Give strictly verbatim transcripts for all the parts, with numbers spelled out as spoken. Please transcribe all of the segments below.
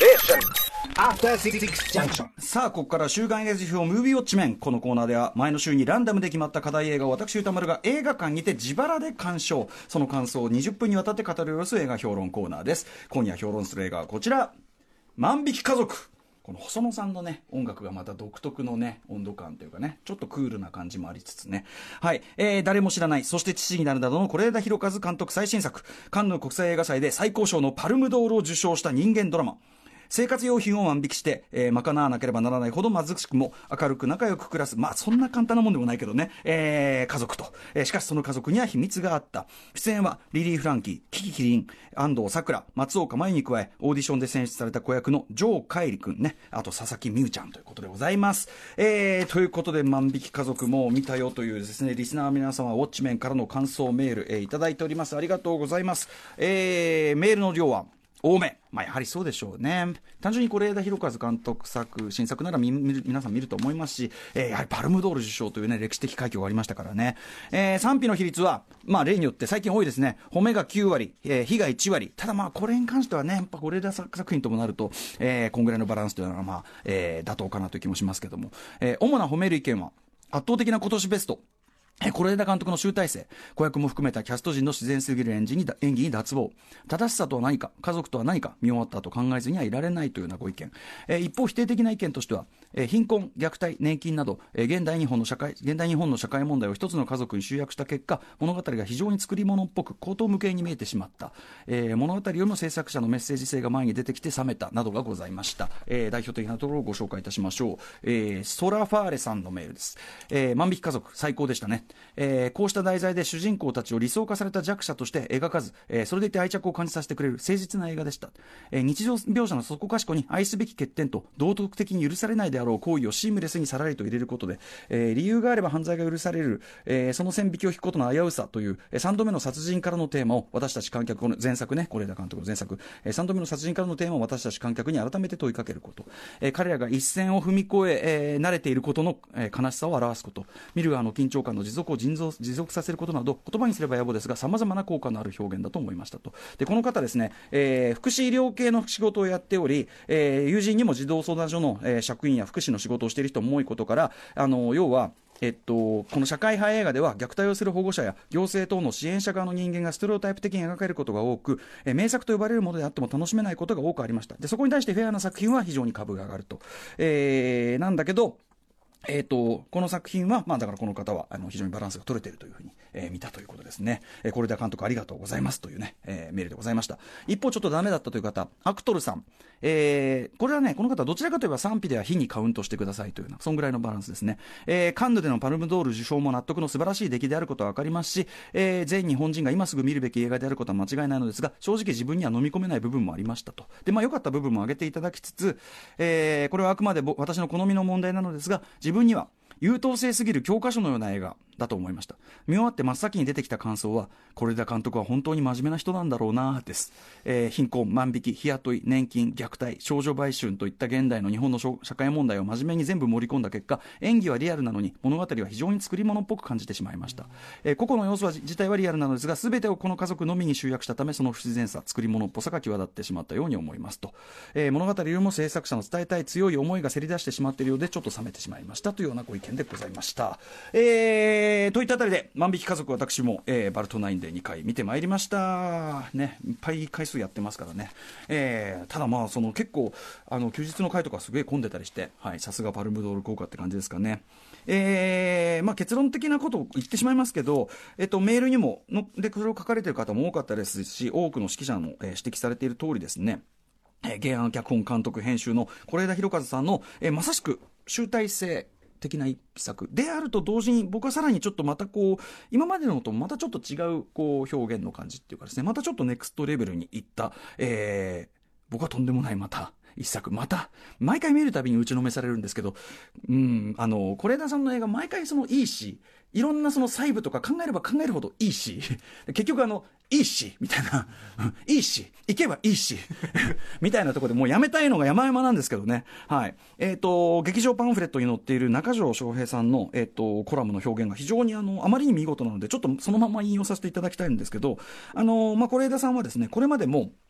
After Six Junction。 さあここから週刊映画辞表ムービーウォッチメン。このコーナーでは前の週にランダムで決まった課題映画を私歌丸が映画館にて自腹で鑑賞、その感想をにじゅっぷんにわたって語り下ろす映画評論コーナーです。今夜評論する映画はこちら、万引き家族。この細野さんのね音楽がまた独特のね温度感というかね、ちょっとクールな感じもありつつね、はい、えー、誰も知らない、そして父になるなどの是枝裕和監督最新作、カンヌ国際映画祭で最高賞のパルムドールを受賞した人間ドラマ。生活用品を万引きして、えー、賄わなければならないほど貧しくも明るく仲良く暮らす、まあそんな簡単なもんでもないけどね、えー、家族と、えー、しかしその家族には秘密があった。出演はリリー・フランキー、キキキリン、安藤サクラ、松岡茉優に加え、オーディションで選出された子役のジョー・カイリ君ね、あと佐々木美優ちゃんということでございます。えー、ということで万引き家族も見たよというですね、リスナーの皆様ウォッチメンからの感想メール、えー、いただいております。ありがとうございます。えー、メールの量は多め、まあ、やはりそうでしょうね。単純に是枝裕和監督作、新作ならみ皆さん見ると思いますし、えー、やはりパルムドール受賞というね歴史的快挙がありましたからね。えー、賛否の比率はまあ例によって最近多いですね。褒めがきゅうわり、えー、非がいちわり。ただまあこれに関してはね、やっぱ是枝作品ともなると、えー、こんぐらいのバランスというのはまあ、えー、妥当かなという気もしますけども、えー、主な褒める意見は圧倒的な今年ベスト、是枝監督の集大成、子役も含めたキャスト陣の自然すぎる演技に演技に脱帽、正しさとは何か、家族とは何か、見終わった後考えずにはいられないというようなご意見。えー、一方否定的な意見としては、えー、貧困、虐待、年金など、えー、現代日本の社会現代日本の社会問題を一つの家族に集約した結果、物語が非常に作り物っぽく口頭無形に見えてしまった。えー、物語よりも制作者のメッセージ性が前に出てきて冷めたなどがございました。えー、代表的なところをご紹介いたしましょう。えー、ソラファーレさんのメールです。えー、万引き家族最高でしたね。えー、こうした題材で主人公たちを理想化された弱者として描かず、えー、それでいて愛着を感じさせてくれる誠実な映画でした。えー、日常描写のそこかしこに愛すべき欠点と道徳的に許されないであろう行為をシームレスにさらりと入れることで、えー、理由があれば犯罪が許される、えー、その線引きを引くことの危うさという、えー、さんどめの殺人からのテーマを私たち観客、この前作ね、是枝監督の前作、えー、さんどめの殺人からのテーマを私たち観客に改めて問いかけること、えー、彼らが一線を踏み越ええー、慣れていることの、えー、悲しさを表すこと、見る側の緊張感の持続を持続させることなど、言葉にすれば野暮ですが様々な効果のある表現だと思いましたと。でこの方ですね、えー、福祉医療系の仕事をやっており、えー、友人にも児童相談所の、えー、職員や福祉の仕事をしている人も多いことから、あの要はえっと、この社会派映画では虐待をする保護者や行政等の支援者側の人間がステレオタイプ的に描かれることが多く、えー、名作と呼ばれるものであっても楽しめないことが多くありました。でそこに対してフェアな作品は非常に株が上がると、えー、なんだけどえーと、この作品は、まあ、だからこの方はあの非常にバランスが取れているというふうに、えー、見たということですね。えー、是枝監督ありがとうございますというね、えー、メールでございました。一方ちょっとダメだったという方、アクトルさん、えー、これはねこの方どちらかといえば賛否では非にカウントしてくださいというようなそんぐらいのバランスですね。えー、カンヌでのパルムドール受賞も納得の素晴らしい出来であることは分かりますし、えー、全日本人が今すぐ見るべき映画であることは間違いないのですが、正直自分には飲み込めない部分もありましたと。でまあ良かった部分も挙げていただきつつ、えー、これはあくまで私の好みの問題なのですが、自分には優等生すぎる教科書のような映画だと思いました。見終わって真っ先に出てきた感想は、是枝監督は本当に真面目な人なんだろうなです。えー、貧困、万引き、日雇い、年金、虐待、少女売春といった現代の日本の社会問題を真面目に全部盛り込んだ結果、演技はリアルなのに物語は非常に作り物っぽく感じてしまいました。えー、個々の要素は自体はリアルなのですが、全てをこの家族のみに集約したため、その不自然さ、作り物っぽさが際立ってしまったように思いますと。えー、物語よりも制作者の伝えたい強い思いがせり出してしまっているようで、ちょっと冷めてしまいましたというようなご意見でございました。えー、といったあたりで万引き家族、私も、えー、バルトナインでにかい見てまいりましたね。いっぱい回数やってますからね。えー、ただまあその結構あの休日の回とかすげえ混んでたりして、はい、さすがパルムドール効果って感じですかね。えーまあ、結論的なことを言ってしまいますけど、えっと、メールにものでそれを書かれている方も多かったですし、多くの指揮者の、えー、指摘されている通りですね、えー、原案脚本監督編集の是枝裕和さんの、えー、まさしく集大成的な一作であると同時に、僕はさらにちょっとまたこう今までのとまたちょっと違うこう表現の感じっていうかですね、またちょっとネクストレベルにいった、えー、僕はとんでもないまた一作、また毎回見るたびに打ちのめされるんですけど、うんあの是枝さんの映画毎回そのいいし、いろんなその細部とか考えれば考えるほどいいし、結局あのいいしみたいな、いいし行けばいいしみたいなところでもうやめたいのが山々なんですけどね。はい。えっと劇場パンフレットに載っている中条翔平さんのえっとコラムの表現が非常にあのあまりに見事なので、ちょっとそのまま引用させていただきたいんですけど、あのまあ是枝さんはですね、これまでも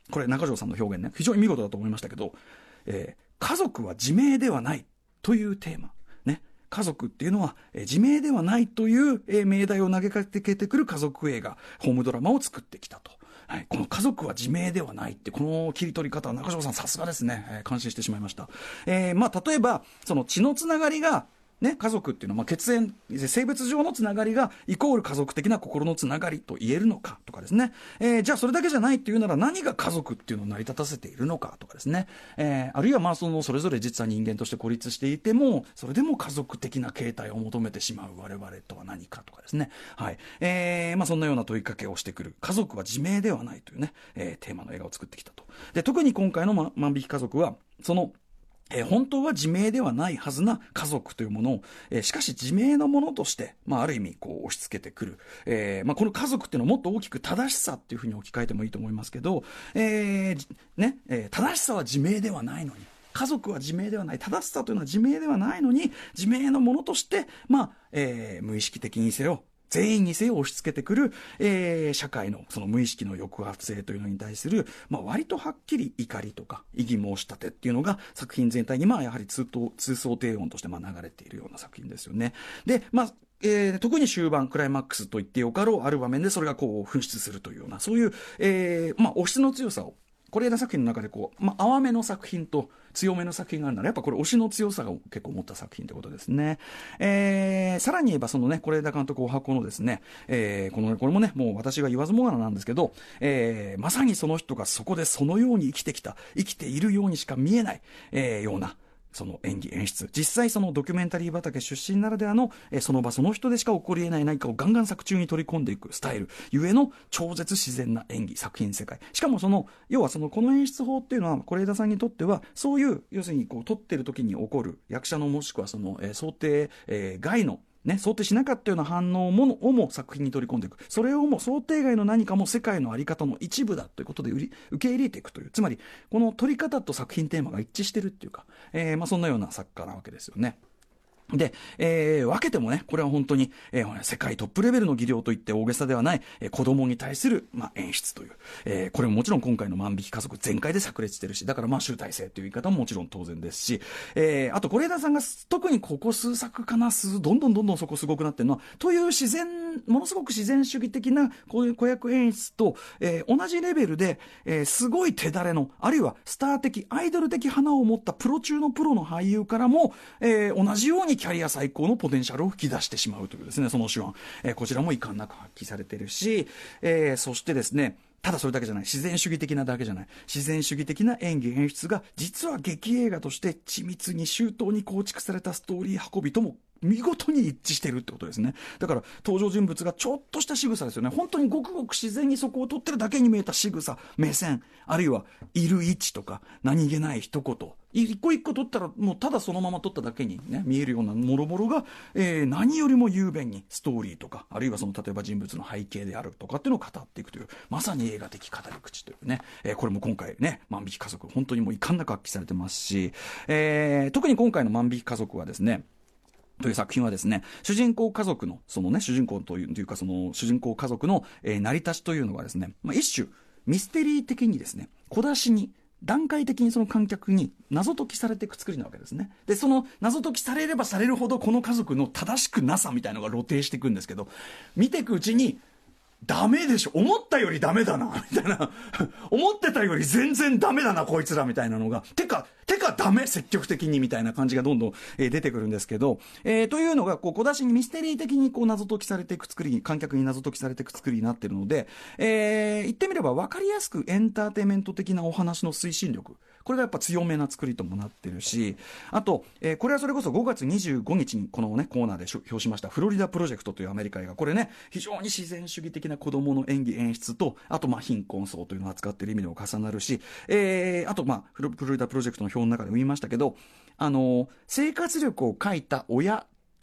これ中条さんの表現ね、非常に見事だと思いましたけど、えー、家族は自明ではないというテーマ。ね。家族っていうのは、えー、自明ではないという、えー、命題を投げかけてくる家族映画、ホームドラマを作ってきたと。はい、この家族は自明ではないって、この切り取り方は中条さんさすがですね。えー、感心してしまいました。えー、まあ、例えば、その血のつながりが、ね、家族っていうのは、まあ、血縁、生物上のつながりがイコール家族的な心のつながりと言えるのかとかですね、えー、じゃあそれだけじゃないっていうなら何が家族っていうのを成り立たせているのかとかですね、えー、あるいはまあそのそれぞれ実は人間として孤立していてもそれでも家族的な形態を求めてしまう我々とは何かとかですね、はい、えー、まあそんなような問いかけをしてくる家族は自明ではないというね、えー、テーマの映画を作ってきたと。で、特に今回の万引き家族はそのえー、本当は自明ではないはずな家族というものを、えー、しかし自明のものとして、まあ、ある意味こう押し付けてくる、えーまあ、この家族っていうのをもっと大きく正しさっていうふうに置き換えてもいいと思いますけど、えーねえー、正しさは自明ではないのに、家族は自明ではない、正しさというのは自明ではないのに自明のものとして、まあえー、無意識的にせよ全員にせよ押し付けてくる、えー、社会のその無意識の抑圧性というのに対する、まあ、割とはっきり怒りとか異議申し立てっていうのが作品全体にまあやはり通頭通奏低音としてまあ流れているような作品ですよね。で、まあえー、特に終盤クライマックスと言ってよかろうある場面でそれがこう噴出するというようなそういう、えーまあ、押しの強さを是枝作品の中でこう、まあ、淡めの作品と強めの作品があるならやっぱこれ推しの強さが結構持った作品ということですね。えー、さらに言えばそのね是枝監督お箱のですね、えー、このこれもねもう私が言わずもがななんですけど、えー、まさにその人がそこでそのように生きてきた生きているようにしか見えない、えー、ようなその演技演出、実際そのドキュメンタリー畑出身ならではの、えー、その場その人でしか起こり得ない何かをガンガン作中に取り込んでいくスタイルゆえの超絶自然な演技作品世界、しかもその要はそのこの演出法っていうのは是枝さんにとってはそういう要するにこう撮ってる時に起こる役者のもしくはその、えー、想定、えー、外のね、想定しなかったような反応ものをも作品に取り込んでいく、それをも想定外の何かも世界の在り方の一部だということで受け入れていくという、つまりこの撮り方と作品テーマが一致してるっていうか、えーまあ、そんなような作家なわけですよね。で、えー、分けてもね、これは本当に、えー、世界トップレベルの技量といって大げさではない、えー、子供に対する、まあ、演出という、えー、これももちろん今回の万引き家族全開で炸裂してるし、だからまあ集大成という言い方ももちろん当然ですし、えー、あと是枝さんが特にここ数作かな、数どんどんどんどんそこすごくなってるのは、という自然、ものすごく自然主義的なこういう子役演出と、えー、同じレベルで、えー、すごい手だれの、あるいはスター的、アイドル的花を持ったプロ中のプロの俳優からも、えー、同じようにキャリア最高のポテンシャルを吹き出してしまうというですね、その手腕、えー、こちらも遺憾なく発揮されているし、えー、そしてですね、ただそれだけじゃない、自然主義的なだけじゃない、自然主義的な演技演出が実は劇映画として緻密に周到に構築されたストーリー運びとも見事に一致しているってことですね。だから登場人物がちょっとした仕草ですよね。本当にごくごく自然にそこを撮ってるだけに見えた仕草、目線、あるいはいる位置とか何気ない一言、一個一個撮ったらもうただそのまま撮っただけにね見えるようなもろもろが、えー、何よりも雄弁にストーリーとか、あるいはその例えば人物の背景であるとかっていうのを語っていくという、まさに映画的語り口というね、えー、これも今回ね万引き家族本当にもう遺憾なく発揮されてますし、えー、特に今回の万引き家族はですねという作品はですね、主人公家族のそのね主人公というかその主人公家族の、えー、成り立ちというのがですね、まあ、一種ミステリー的にですね小出しに段階的にその観客に謎解きされていく作りなわけですね。でその謎解きされればされるほどこの家族の正しくなさみたいなのが露呈していくんですけど、見ていくうちにダメでしょ、思ったよりダメだなみたいな思ってたより全然ダメだなこいつらみたいなのがてかてかダメ積極的にみたいな感じがどんどん、えー、出てくるんですけど、えー、というのがこう小出しにミステリー的にこう謎解きされていく作りに、観客に謎解きされていく作りになっているので、えー、言ってみれば分かりやすくエンターテインメント的なお話の推進力、これがやっぱ強めな作りともなってるし、あと、えー、これはそれこそごがつにじゅうごにちにこのねコーナーで表しましたフロリダプロジェクトというアメリカ映画、これね非常に自然主義的な子供の演技演出と、あとまあ貧困層というのを扱っている意味でも重なるし、えー、あとまあフロリダプロジェクトの表の中でも言いましたけど、あの生活力を書いた親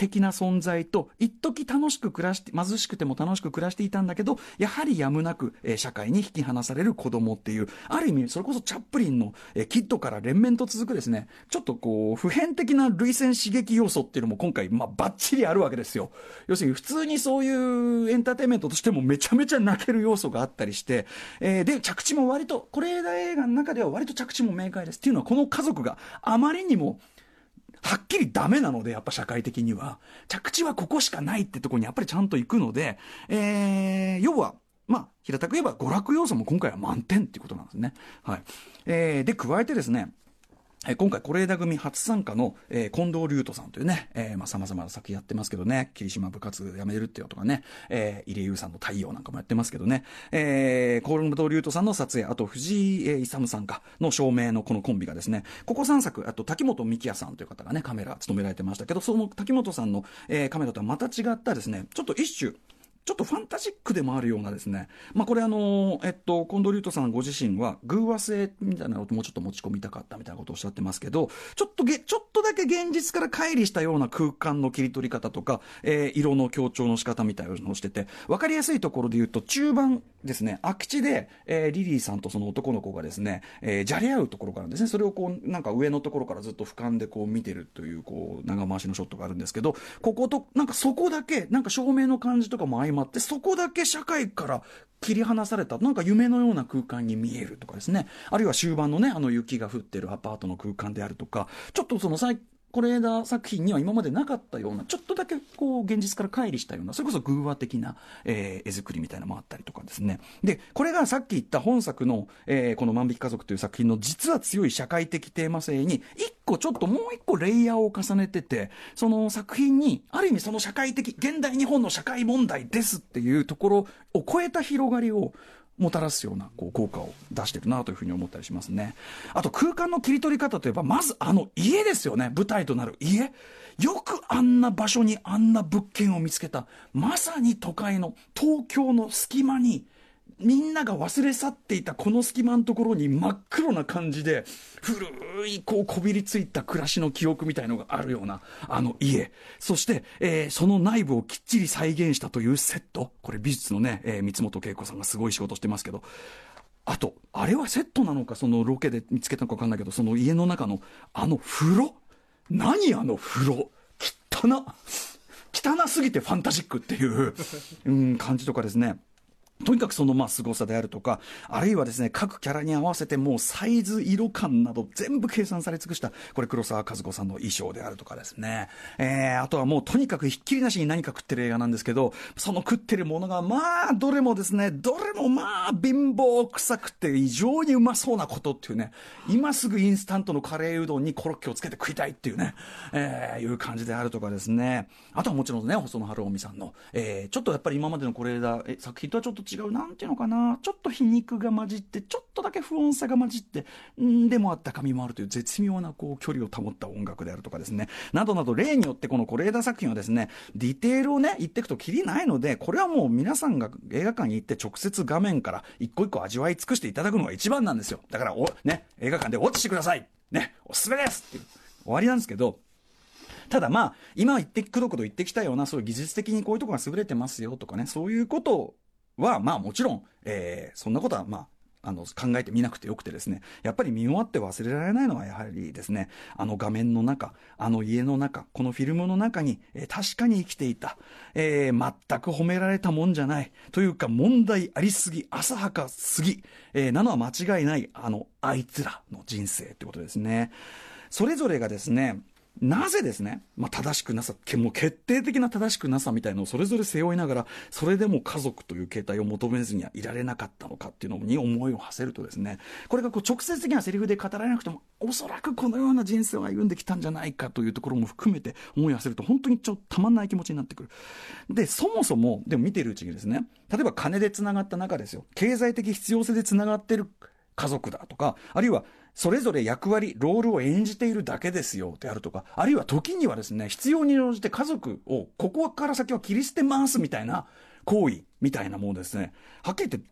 的な存在と、一時楽しく暮らして、貧しくても楽しく暮らしていたんだけど、やはりやむなく、えー、社会に引き離される子供っていう、ある意味それこそチャップリンの、えー、キッドから連綿と続くですね、ちょっとこう普遍的な涙腺刺激要素っていうのも今回まあバッチリあるわけですよ。要するに普通にそういうエンターテインメントとしてもめちゃめちゃ泣ける要素があったりして、えー、で着地も割と是枝映画の中では割と着地も明快です。っていうのはこの家族があまりにもはっきりダメなので、やっぱ社会的には着地はここしかないってところにやっぱりちゃんと行くので、えー、要はまあ平たく言えば娯楽要素も今回は満点っていうことなんですね。はい。えー、で加えてですね、えー、今回是枝組初参加の、えー、近藤龍斗さんというね、えー、まあ様々な作品やってますけどね、霧島部活やめるってよとかね、えー、入江優さんの太陽なんかもやってますけどね、えー、近藤龍斗さんの撮影、あと藤井、えー、勇さんかの照明のこのコンビがですね、ここさんさく、あと滝本幹也さんという方がね、カメラ務められてましたけど、その滝本さんの、えー、カメラとはまた違ったですね、ちょっと一種、ちょっとファンタジックでもあるようなですね、まあ、これあのー、えっと、近藤龍斗さんご自身は偶話性みたいなのをもうちょっと持ち込みたかったみたいなことをおっしゃってますけど、ちょっとげ、ちょっとだけ現実から乖離したような空間の切り取り方とか、えー、色の強調の仕方みたいなのをしてて、わかりやすいところで言うと、中盤ですね、空き地で、えー、リリーさんとその男の子がですね、えー、じゃれ合うところからですね、それをこう、なんか上のところからずっと俯瞰でこう見てるという、こう、長回しのショットがあるんですけど、ここと、なんかそこだけ、なんか照明の感じとかも相まって、そこだけ社会から切り離されたなんか夢のような空間に見えるとかですね、あるいは終盤のね、あの雪が降ってるアパートの空間であるとか、ちょっとその最是枝作品には今までなかったような、ちょっとだけこう現実から乖離したような、それこそ偶話的な、えー、絵作りみたいなのもあったりとかですね。でこれがさっき言った本作の、えー、この万引き家族という作品の実は強い社会的テーマ性に一個ちょっともう一個レイヤーを重ねてて、その作品にある意味その社会的現代日本の社会問題ですっていうところを超えた広がりをもたらすようなこう効果を出してるなというふうに思ったりしますね。あと空間の切り取り方といえば、まずあの家ですよね。舞台となる家、よくあんな場所にあんな物件を見つけた。まさに都会の東京の隙間に、みんなが忘れ去っていたこの隙間のところに真っ黒な感じで古いこうこびりついた暮らしの記憶みたいのがあるようなあの家、そして、えー、その内部をきっちり再現したというセット、これ美術のね、えー、三本恵子さんがすごい仕事してますけど、あとあれはセットなのかそのロケで見つけたのか分かんないけど、その家の中のあの風呂、何あの風呂、汚な汚すぎてファンタジックっていう、うん、感じとかですね。とにかくそのまあ凄さであるとか、あるいはですね、各キャラに合わせてもうサイズ、色感など全部計算され尽くした、これ黒沢和子さんの衣装であるとかですね、えー、あとはもうとにかくひっきりなしに何か食ってる映画なんですけど、その食ってるものがまあどれもですね、どれもまあ貧乏臭くて異常にうまそうなことっていうね、今すぐインスタントのカレーうどんにコロッケをつけて食いたいっていうね、えー、いう感じであるとかですね。あとはもちろんね、細野晴臣さんの、えー、ちょっとやっぱり今までの是枝作品とはちょっと違う、なんていうのかな、ちょっと皮肉が混じって、ちょっとだけ不穏さが混じって、んでもあった神もあるという絶妙なこう距離を保った音楽であるとかですね、などなど例によってこの是枝作品はですね、ディテールをね言っていくときりないので、これはもう皆さんが映画館に行って直接画面から一個一個味わい尽くしていただくのが一番なんですよ。だからお、ね、映画館でウォッチしてくださいね、おすすめですっていう終わりなんですけど、ただまあ今言ってくどくど言ってきたような、そういう技術的にこういうところが優れてますよとかね、そういうことはまあもちろん、えー、そんなことはまああの考えてみなくてよくてですね、やっぱり見終わって忘れられないのはやはりですね、あの画面の中、あの家の中、このフィルムの中に、えー、確かに生きていた、えー、全く褒められたもんじゃないというか、問題ありすぎ、浅はかすぎ、えー、なのは間違いない、あのあいつらの人生ってことですね。それぞれがですね、なぜですね、まあ、正しくなさ、もう決定的な正しくなさみたいのをそれぞれ背負いながら、それでも家族という形態を求めずにはいられなかったのかっていうのに思いを馳せるとですね、これがこう直接的なセリフで語られなくても、おそらくこのような人生を歩んできたんじゃないかというところも含めて思いを馳せると、本当にちょっとたまんない気持ちになってくる。で、そもそもでも見ているうちにですね、例えば金でつながった中ですよ、経済的必要性でつながっている家族だとか、あるいはそれぞれ役割ロールを演じているだけですよであるとか、あるいは時にはですね、必要に応じて家族をここから先は切り捨てますみたいな行為みたいなものですね、はっきり言って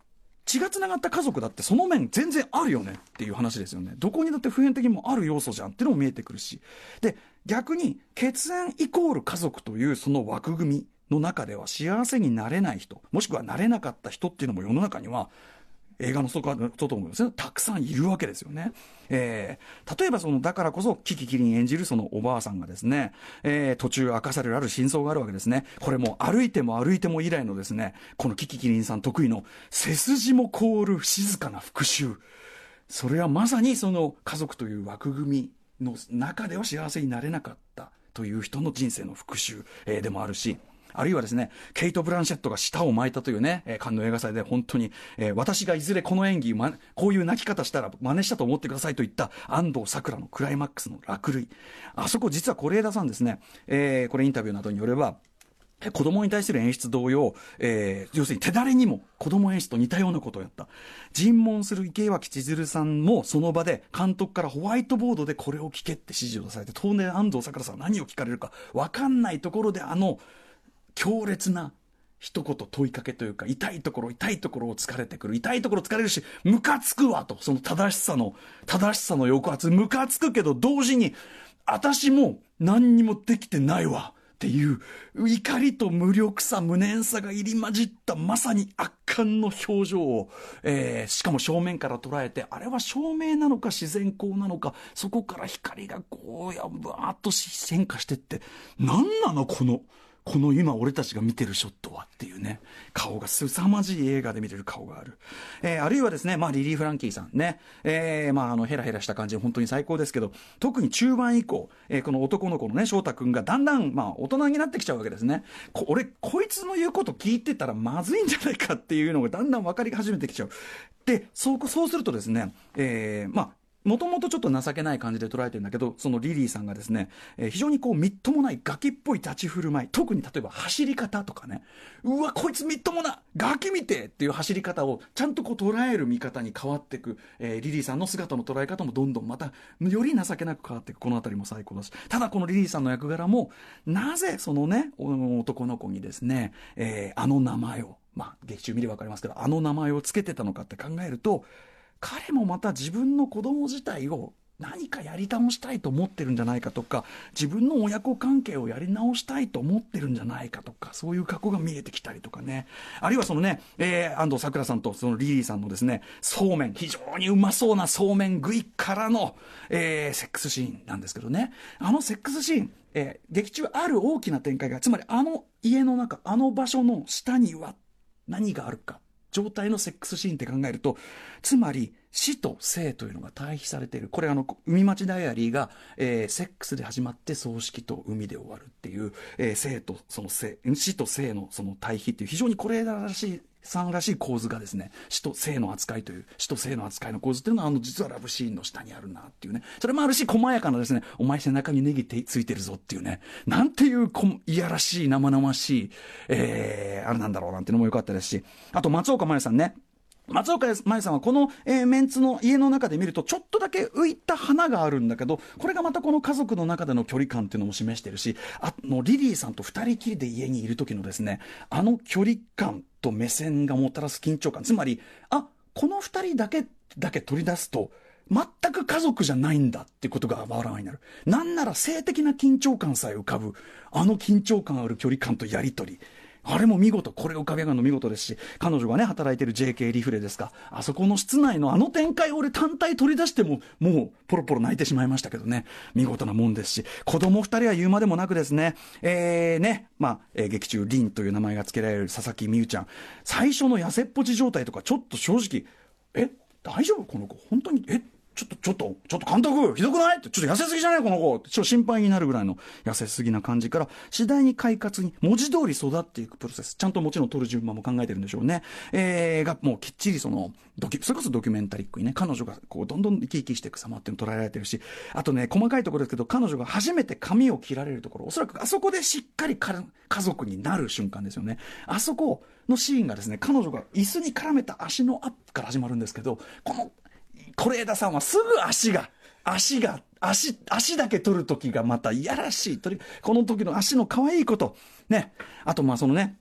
血がつながった家族だってその面全然あるよねっていう話ですよね。どこにだって普遍的にもある要素じゃんっていうのも見えてくるし、で逆に血縁イコール家族というその枠組みの中では幸せになれない人、もしくはなれなかった人っていうのも世の中には映画の外と思いますね、たくさんいるわけですよね。えー、例えばそのだからこそキキキリン演じるそのおばあさんがですね、えー、途中明かされるある真相があるわけですね。これも歩いても歩いても以来のですね、このキキキリンさん得意の背筋も凍る静かな復讐、それはまさにその家族という枠組みの中では幸せになれなかったという人の人生の復讐、えー、でもあるし、あるいはですね、ケイト・ブランシェットが舌を巻いたというね、えー、カンヌ映画祭で本当に、えー、私がいずれこの演技、ま、こういう泣き方したら真似したと思ってくださいと言った安藤サクラのクライマックスの落塁、あそこ実は是枝さんですね、えー、これインタビューなどによれば子供に対する演出同様、えー、要するに手だれにも子供演出と似たようなことをやった。尋問する池脇千鶴さんもその場で監督からホワイトボードでこれを聞けって指示を出されて、当然安藤サクラさんは何を聞かれるか分かんないところであの強烈な一言問いかけというか、痛いところ痛いところを疲れてくる、痛いところ疲れるしムカつくわと、その正しさの正しさの抑圧、ムカつくけど同時に私も何にもできてないわっていう怒りと無力さ無念さが入り混じったまさに圧巻の表情を、えー、しかも正面から捉えて、あれは照明なのか自然光なのか、そこから光がこうやぶわーっと変化してって、何なのこのこの今俺たちが見てるショットはっていうね、顔が凄まじい映画で見れる顔がある、えー、あるいはですね、まあ、リリー・フランキーさんね、えー、まああのヘラヘラした感じで本当に最高ですけど、特に中盤以降、えー、この男の子のね翔太君がだんだんまあ大人になってきちゃうわけですね。こ俺こいつの言うこと聞いてたらまずいんじゃないかっていうのがだんだん分かり始めてきちゃう。でそうそうするとですね、えー、まあもともとちょっと情けない感じで捉えてるんだけど、そのリリーさんがですね、えー、非常にこうみっともないガキっぽい立ち振る舞い、特に例えば走り方とかね、うわこいつみっともなガキ見てっていう走り方をちゃんとこう捉える見方に変わっていく、えー、リリーさんの姿の捉え方もどんどんまたより情けなく変わっていく、このあたりも最高だし、ただこのリリーさんの役柄もなぜそのね男の子にですね、えー、あの名前を、まあ劇中見れば分かりますけど、あの名前をつけてたのかって考えると、彼もまた自分の子供自体を何かやり直したいと思ってるんじゃないかとか、自分の親子関係をやり直したいと思ってるんじゃないかとか、そういう過去が見えてきたりとかね、あるいはそのね、えー、安藤サクラさんとそのリリーさんのですね、そうめん、非常にうまそうなそうめん食いからの、えー、セックスシーンなんですけどね、あのセックスシーン、えー、劇中ある大きな展開が、つまりあの家の中、あの場所の下には何があるか状態のセックスシーンって考えると、つまり死と生というのが対比されている。これあの海町ダイアリーが、えー、セックスで始まって葬式と海で終わるっていう、えー、生とその生、死と生のその対比っていう非常にこれらしいさんらしい構図がですね、死と生の扱いという死と生の扱いの構図っていうのはあの実はラブシーンの下にあるなっていうね、それもあるし、細やかなですね、お前背中にネギついてるぞっていうね、なんていうこいやらしい生々しい、えー、あれなんだろうなんていうのも良かったですし、あと松岡茉優さんね、松岡茉優さんはこの、えー、メンツの家の中で見るとちょっとだけ浮いた花があるんだけど、これがまたこの家族の中での距離感っていうのも示してるし、あのリリーさんと二人きりで家にいる時のですね、あの距離感と目線がもたらす緊張感、つまりあこの二人だけだけ取り出すと全く家族じゃないんだっていうことがわらわになる。なんなら性的な緊張感さえ浮かぶ、あの緊張感ある距離感とやり取り、あれも見事、これを浮かび上がるの見事ですし、彼女がね働いてる ジェーケー リフレですか、あそこの室内のあの展開を俺単体取り出してももうポロポロ泣いてしまいましたけどね、見事なもんですし、子供二人は言うまでもなくですね、えー、ねまあ、えー、劇中リンという名前が付けられる佐々木美優ちゃん、最初の痩せっぽち状態とかちょっと正直え大丈夫この子本当にえちょっとちょっとちょっと監督ひどくないってちょっと痩せすぎじゃないこの子ってちょっと心配になるぐらいの痩せすぎな感じから次第に快活に文字通り育っていくプロセス、ちゃんともちろん撮る順番も考えてるんでしょうね、えー、がもうきっちりそのドキそれこそドキュメンタリックにね、彼女がこうどんどん生き生きしていく様っていうの捉えられてるし、あとね細かいところですけど彼女が初めて髪を切られるところ、おそらくあそこでしっかりか家族になる瞬間ですよね。あそこのシーンがですね、彼女が椅子に絡めた足のアップから始まるんですけど、この是枝さんはすぐ足が足が足足だけ取る時がまたいやらしい、この時の足の可愛いことね、あとまあそのね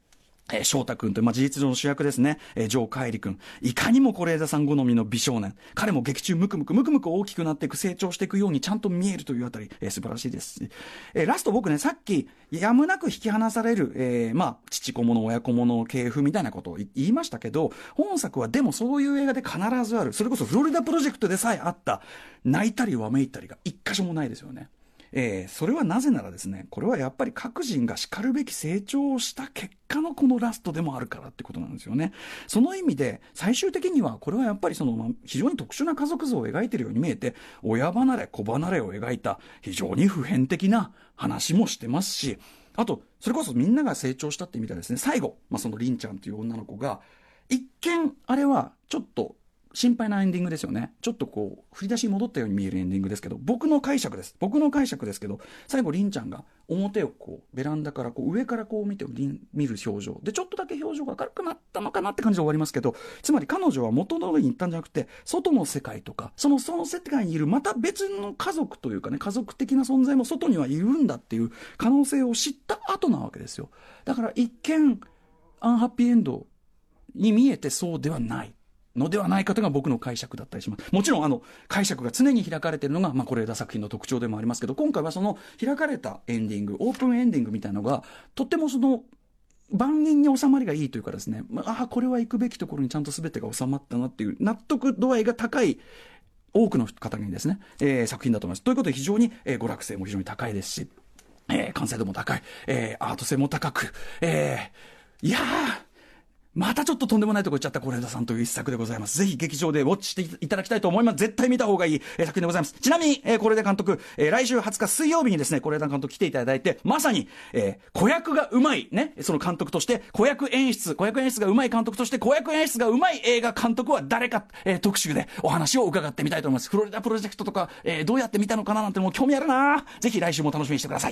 えー、翔太君という、まあ、事実上の主役ですね。えー、城海里君。いかにも是枝さん好みの美少年。彼も劇中ムクムク、ムクムク大きくなっていく、成長していくようにちゃんと見えるというあたり、えー、素晴らしいですし。えー、ラスト僕ね、さっき、やむなく引き離される、えー、まあ、父子者、親子者、系譜みたいなことを言いましたけど、本作はでもそういう映画で必ずある。それこそフロリダプロジェクトでさえあった、泣いたりわめいたりが一箇所もないですよね。えー、それはなぜならですね、これはやっぱり各人がしかるべき成長をした結果のこのラストでもあるからってことなんですよね。その意味で最終的にはこれはやっぱりその非常に特殊な家族像を描いているように見えて、親離れ子離れを描いた非常に普遍的な話もしてますし、あとそれこそみんなが成長したって意味ではですね、最後、まあ、そのりんちゃんという女の子が一見あれはちょっと心配なエンディングですよね。ちょっとこう振り出しに戻ったように見えるエンディングですけど、僕の解釈です僕の解釈ですけど、最後りんちゃんが表をこうベランダからこう上からこう見て見る表情で、ちょっとだけ表情が明るくなったのかなって感じで終わりますけど、つまり彼女は元通りに行ったんじゃなくて、外の世界とかそのその世界にいるまた別の家族というかね、家族的な存在も外にはいるんだっていう可能性を知った後なわけですよ。だから一見アンハッピーエンドに見えてそうではないのではないかというのが僕の解釈だったりします。もちろんあの解釈が常に開かれているのが、まあ、是枝作品の特徴でもありますけど、今回はその開かれたエンディング、オープンエンディングみたいなのがとってもその万人に収まりがいいというかですね、ああこれは行くべきところにちゃんと全てが収まったなっていう納得度合いが高い多くの方にですね、えー、作品だと思います。ということで非常に、えー、娯楽性も非常に高いですし、えー、完成度も高い、えー、アート性も高く、えー、いやーまたちょっととんでもないとこ行っちゃった是枝さんという一作でございます。ぜひ劇場でウォッチしていただきたいと思います。絶対見た方がいい、えー、作品でございます。ちなみに、えー、是枝監督、えー、来週はつか水曜日にですね、是枝監督来ていただいて、まさに、えー、子役がうまいね、その監督として子役演出、子役演出がうまい監督として子役演出がうまい映画監督は誰か、えー、特集でお話を伺ってみたいと思います。フロリダプロジェクトとか、えー、どうやって見たのかななんてもう興味あるな。ぜひ来週も楽しみにしてください。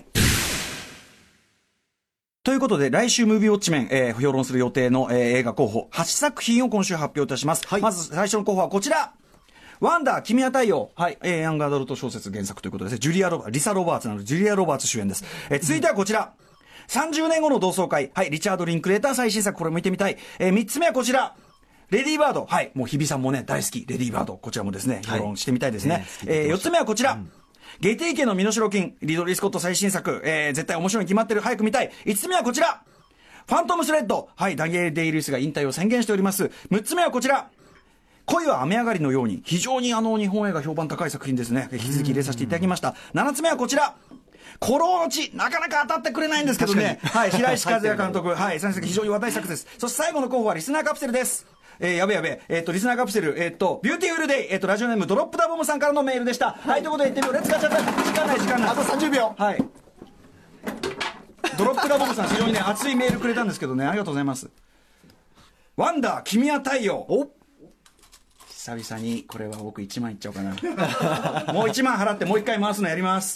ということで、来週ムービーウォッチメン、えー、評論する予定の、えー、映画候補はちさく品を今週発表いたします。はい、まず最初の候補はこちら。ワンダー君は太陽。はい、えー、ヤングアダルト小説原作ということですね。ジュリアロバリサロバーツなのでジュリアロバーツ主演です。えー、続いてはこちら。さんじゅうねんごの同窓会。はい、リチャード・リンクレーター最新作、これも見てみたい。えー、みっつめはこちら。レディーバード。はい、もう日比さんもね大好きレディーバード、こちらもですね評論してみたいですね。はい、えー、よっつめはこちら。うん、ゲティ家の身代金、リドリー・スコット最新作、えー、絶対面白いに決まってる、早く見たい。いつつめはこちら。ファントムスレッド。はい、ダニエル・デイ・ルイスが引退を宣言しております。むっつめはこちら。恋は雨上がりのように。非常にあの日本映画評判高い作品ですね。引き続き入れさせていただきました。ななつめはこちら。孤狼の地。なかなか当たってくれないんですけどね。はい、白石和也監督。はい、非常に話題作です。そして最後の候補はリスナーカプセルです。えー、やべやべ、えっ、ー、と、リスナーカプセル、えっ、ー、と、ビューティフルデイ、えっ、ー、と、ラジオネームドロップダボムさんからのメールでした。はい、はい、ということで言ってみよう。レッツガチャタイム。時間ない時間ない。 あとさんじゅうびょう。 はい。ドロップダボムさん非常にね熱いメールくれたんですけどね、ありがとうございます。ワンダー君は太陽。お久々にこれは僕いちまんいっちゃおうかな。もういちまん払ってもう一回回すのやります。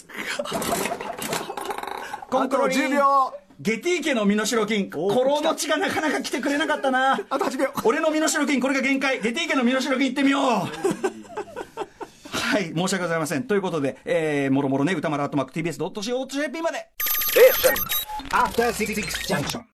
コントロールじゅうびょう。ゲティ家の身代金。コロの血がなかなか来てくれなかったな。 あとはちびょう。 俺の身代金これが限界。ゲティ家の身代金いってみよう。はい、申し訳ございません。ということで、えー、もろもろね、歌丸アットマーク ティービーエスドットシーオードットジェーピー まで。After Six Junction